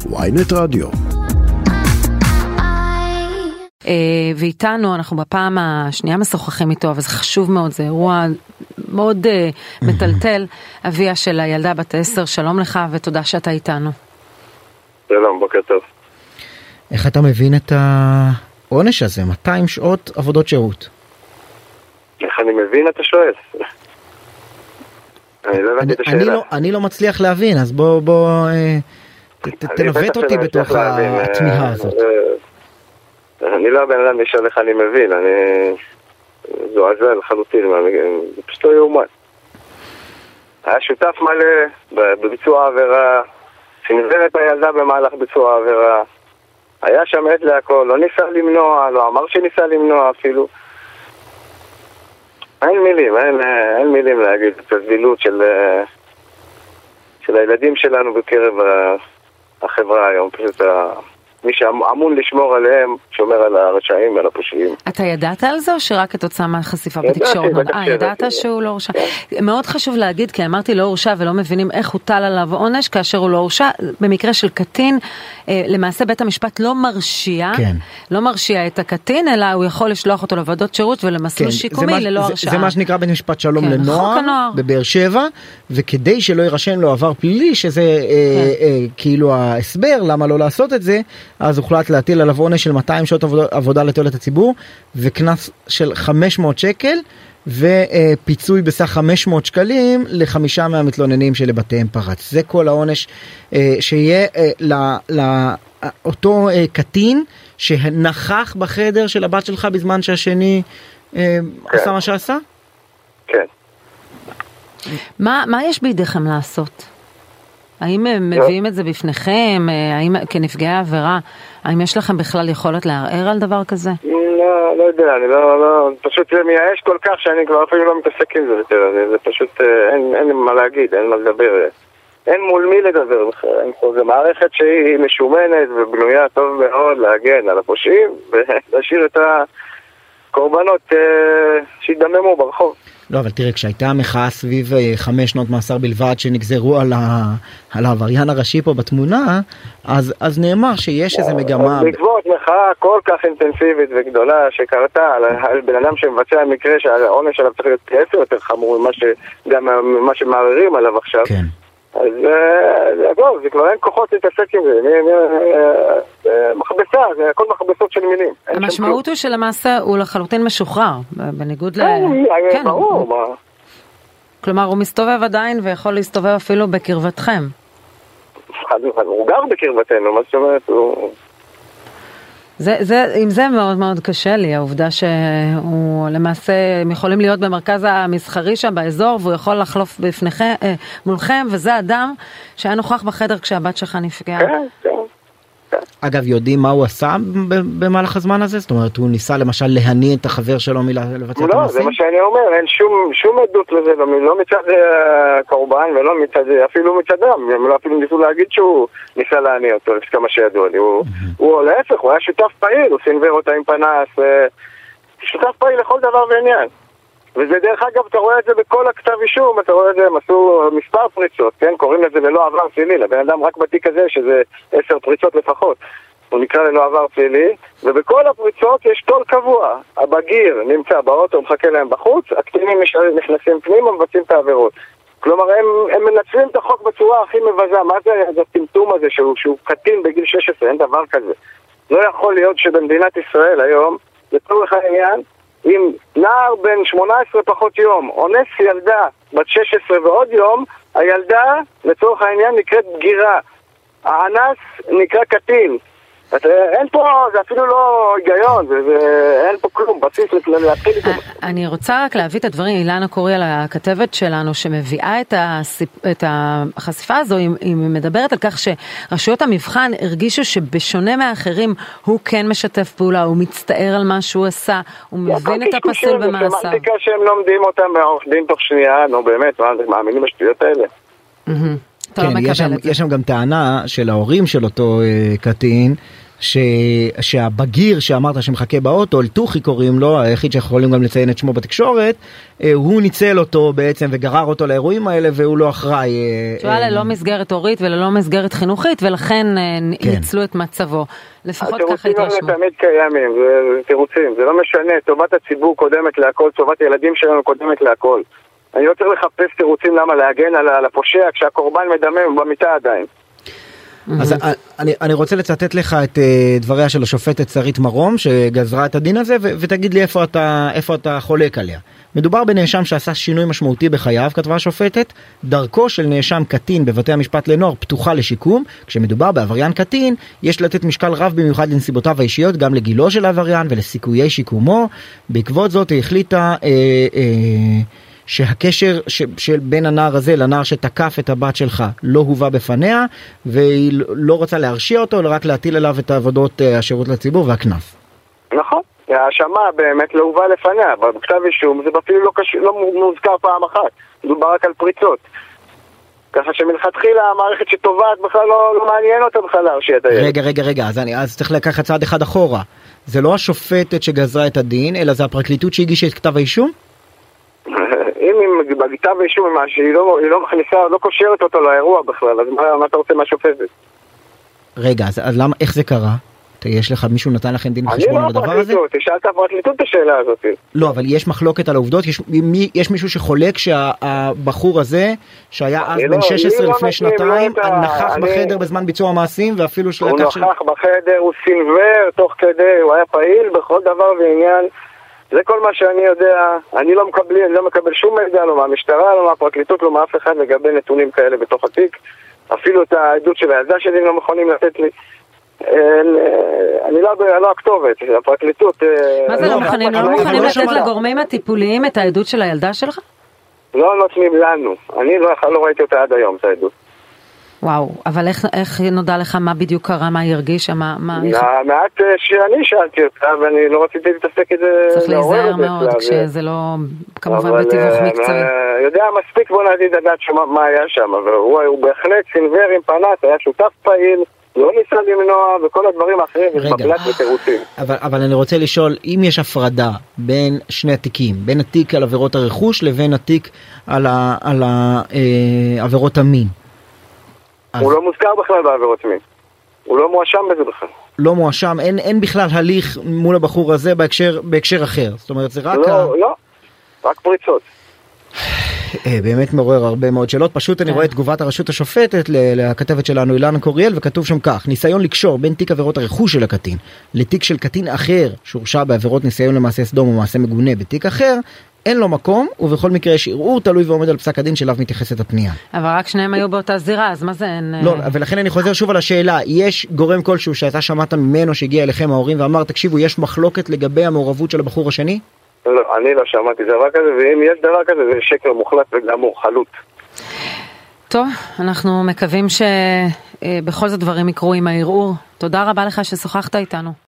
ynet רדיו. ואיתנו, אנחנו בפעם השנייה משוחחים איתו, אבל זה חשוב מאוד, זה אירוע מאוד מטלטל. אביה של הילדה בת 10, שלום לך ותודה שאתה איתנו. שלום, בוקר טוב. איך אתה מבין את העונש הזה? 200 שעות עבודות שירות. איך אני מבין, אתה שואל? אני לא מצליח להבין, אז בוא תנווט אותי בתוך התמיהה הזאת. אני לא הבן אדם לשאול איך אני מבין, אני זועזע לחלוטין, זה פשוט לא יאומן. היה שותף מלא בביצוע העבירה, סנוור את הילדה במהלך ביצוע העבירה, היה שם עד להכל, לא ניסה למנוע, לא אמר שניסה למנוע אפילו. אין מילים להגיד את הזילות של הילדים שלנו בקרב החברה היום, פשוט מי שאמון לשמור עליהם, שומר על הרשעים ועל הפושעים. אתה ידעת על זה או שרק כתוצאה מהחשיפה בתקשורת? ידעת שהוא לא הורשע. מאוד חשוב להגיד, כי אמרתי לא הורשע ולא מבינים איך הוטל עליו עונש כאשר הוא לא הורשע. במקרה של קטין, למעשה בית המשפט לא מרשיע את הקטין, אלא הוא יכול לשלוח אותו לעבודות שירות ולמסלול שיקומי ללא הרשעה. זה מה שנקרא בית משפט שלום לנוער בבאר שבע, וכדי שלא יירשם לו עבר פלילי, שזה כאילו ההסבר למה לא לעשות את זה, אז הוחלט להטיל עליו עונש של 200 שעות עבודה לתועלת הציבור, וכנס של 500 שקל, ופיצוי בסך 500 שקלים ל5 מהמתלוננים שלבתיהם פרץ. זה כל העונש שיהיה לאותו קטין שנכח בחדר של הבת שלך בזמן שהשני עשה מה שעשה? כן. מה יש בידיכם לעשות? האם מביאים את זה בפניכם? האם כנפגעי העבירה, האם יש לכם בכלל יכולת לערער על דבר כזה? לא יודע, אני לא, פשוט זה מייאש כל כך שאני כבר אפילו לא מתעסק עם זה, זה פשוט, אין מה להגיד, אין מה לדבר, אין מול מי לדבר בכלל, זה מערכת שהיא משומנת ובנויה טוב מאוד להגן על הפושעים ולהשאיר את הקורבנות שידממו ברחוב. לא, אבל תראה, כשהייתה המחאה סביב 5 שנות מאסר בלבד שנגזרו על העבריין הראשי פה בתמונה, אז נאמר שיש איזה מגמה... בעקבות מחאה כל כך אינטנסיבית וגדולה שקרתה על בן אדם שמבצע מקרה שהעונש עליו צריך להיות יותר חמור ממה שמערערים עליו עכשיו. כן. אז זה כבר אין כוחות להתעסק עם זה, מכבסה, זה הכל מכבסות של מילים. המשמעות הוא שלמעשה הוא לחלוטין משוחרר, בניגוד כן, ברור. כלומר, הוא מסתובב עדיין ויכול להסתובב אפילו בקרבתכם. הוא גר בקרבתנו, מה זאת אומרת? עם זה מאוד מאוד קשה לי, העובדה שהוא למעשה, הם יכולים להיות במרכז המסחרי שם באזור, והוא יכול לחלוף מולכם, וזה אדם שהיה נוכח בחדר כשהבת שלך נפגעה. כן. אגב, יודעים מה הוא עשה במהלך הזמן הזה? זאת אומרת, הוא ניסה למשל להניע את החבר שלו לבצע את המעשים? לא, זה מה שאני אומר, אין שום עדות לזה, לא מצד קורבן ולא מצד, אפילו מצדם, הם לא אפילו ניסו להגיד שהוא ניסה להניע אותו, לפי כמה שידוע לי, הוא להפך, הוא היה שותף פעיל, הוא סנוור אותה עם פנס, שותף פעיל לכל דבר ועניין. וזה דרך אגב, אתה רואה את זה בכל הכתב אישום, אתה רואה את זה, הם עשו מספר פריצות, כן? קוראים לזה ללא עבר פלילי, לבן אדם רק בתיק הזה שזה 10 פריצות לפחות. הוא נקרא ללא עבר פלילי, ובכל הפריצות יש תול קבוע. הבגיר נמצא באוטו, מחכה להם בחוץ, הקטינים נכנסים פנימה, מבצעים את העבירות. כלומר, הם מנצלים את החוק בצורה הכי מבזה. מה זה הטמטום הזה שהוא קטין בגיל 16? אין דבר כזה. לא יכול להיות שבמדינת ישראל היום, לצורך העניין, אם נער בן 18 פחות יום אונס ילדה בת 16 ועוד יום, הילדה לצורך העניין נקראת בגירה, האנס נקרא קטין. אין פה, זה אפילו לא היגיון, אין פה כלום, בסיס להתחיל איתו. אני רוצה רק להביא את הדברים, אילנה קורי על הכתבת שלנו שמביאה את החשיפה הזו, היא מדברת על כך שרשויות המבחן הרגישו שבשונה מאחרים הוא כן משתף פעולה, הוא מצטער על מה שהוא עשה, הוא מבין את הפסול במעשה. זה סמנטיקה שהם לומדים אותם מעורך דין תוך שנייה, נו באמת, מאמינים בשטויות האלה. כן, יש שם גם טענה של ההורים של אותו קטין, שהבגיר שאמרת שמחכה באוטו, אלתוכי קוראים לו, היחיד שיכולים גם לציין את שמו בתקשורת, הוא ניצל אותו בעצם וגרר אותו לאירועים האלה והוא לא אחראי. שהוא היה ללא מסגרת הורית וללא מסגרת חינוכית ולכן ניצלו את מצבו. לפחות ככה התרשמו. התירוצים האלה תמיד קיימים, זה תירוצים, זה לא משנה, טובת הציבור קודמת להכל, טובת הילדים שלנו קודמת להכל. אני לא צריך לחפש תירוצים למה להגן על הפושע כשהקורבן מדמם במיטה עדיין. אז אני רוצה לצטט לך את דבריה של השופטת שרית מרום שגזרה את הדין הזה ותגיד לי איפה אתה חולק עליה. מדובר בנאשם שעשה שינוי משמעותי בחייו, כתבה השופטת, דרכו של נאשם קטין בבתי המשפט לנוער פתוחה לשיקום, כשמדובר בעבריין קטין יש לתת משקל רב במיוחד לנסיבותיו האישיות, גם לגילו של העבריין ולסיכויי שיקומו. בעקבות זאת היא החליטה שהקשר של בין הנער הזה לנער שתקף את הבת שלך לא הובא בפניה, והיא לא רוצה להרשיע אותו, אלא רק להטיל עליו את העבודות השירות לציבור והכנף. נכון, ההאשמה באמת לא הובא לפניה, בכתב אישום זה אפילו לא מוזכר פעם אחת, מדובר רק על פריצות. ככה שמלכתחילה המערכת שטובעת בכלל לא מעניין אותה בכלל להרשיע את הילד. רגע, אז צריך לקחת צעד אחד אחורה. זה לא השופטת שגזרה את הדין, אלא זה הפרקליטות שהגישה את כתב האישום? אם בכתב האישום שהיא לא מכניסה, לא קושרת אותו לאירוע בכלל, אז מה אתה רוצה מהשופטת? רגע, אז למה, איך זה קרה? יש לך, מישהו נתן לכם דין בחשבון על הדבר הזה? אני לא שאלת הפרקליטות את השאלה הזאת. לא, אבל יש מחלוקת על העובדות? יש מישהו שחולק שהבחור הזה, שהיה אז בן 16 לפני שנתיים, נכח בחדר בזמן ביצוע המעשים, ואפילו הוא נכח בחדר, הוא סינבר תוך כדי, הוא היה פעיל בכל דבר ועניין. זה כל מה שאני יודע. אני לא מקבל שום מידע, לא מהמשטרה, לא מהפרקליטות, לא מאף אחד לגבי נתונים כאלה בתוך התיק. אפילו את העדות של הילדה שלי לא מוכנים לתת לי. אני לא הכתובת, הפרקליטות... מה זה לא מוכנים? לא מוכנים לתת לגורמים הטיפוליים את העדות של הילדה שלך? לא נותנים לנו. אני לא ראיתי אותה עד היום, את העדות. וואו, אבל איך נודע לך מה בדיוק קרה, מה היא הרגישה, מה... מעט שאני שאלתי אותה, ואני לא רציתי להתעסק את זה... צריך להיזהר מאוד, כשזה לא, כמובן, בתיווך מקצועי. יודע מספיק, בוא נגיד, לדעת מה היה שם, והוא בהחלט סינבר עם פנס, היה שותף פעיל, לא ניסה למנוע, וכל הדברים האחרים, ובבלת ותירוצים. אבל אני רוצה לשאול, אם יש הפרדה בין שני התיקים, בין התיק על עבירות הרכוש, לבין התיק על עבירות המין, הוא לא מוזכר בכלל בעבירות מין. הוא לא מואשם בזה בכלל. לא מואשם, אין בכלל הליך מול הבחור הזה בהקשר אחר. זאת אומרת, זה רק... לא, רק פריצות. באמת מעורר הרבה מאוד שאלות. פשוט אני רואה את תגובת הרשות השופטת לכתבת שלנו אילנה קוריאל, וכתוב שם כך: ניסיון לקשור בין תיק עבירות הרכוש של הקטין לתיק של קטין אחר שהורשע בעבירות ניסיון למעשה סדום או מעשה מגונה בתיק אחר, אין לו מקום, ובכל מקרה יש ערעור תלוי ועומד על פסק הדין שלו מתייחסת הפנייה. אבל רק שניהם היו באותה זירה, אז מה זה אין... לא, ולכן אני חוזר שוב על השאלה, יש גורם כלשהו שאתה שמעת ממנו שהגיע אליכם ההורים ואמר, תקשיבו, יש מחלוקת לגבי המעורבות של הבחור השני? לא, אני לא שמעתי דבר כזה, ואם יש דבר כזה זה שקר מוחלט וגמור, חלוט. טוב, אנחנו מקווים שבכל זאת דברים יקרו עם הערעור. תודה רבה לך ששוחחת איתנו.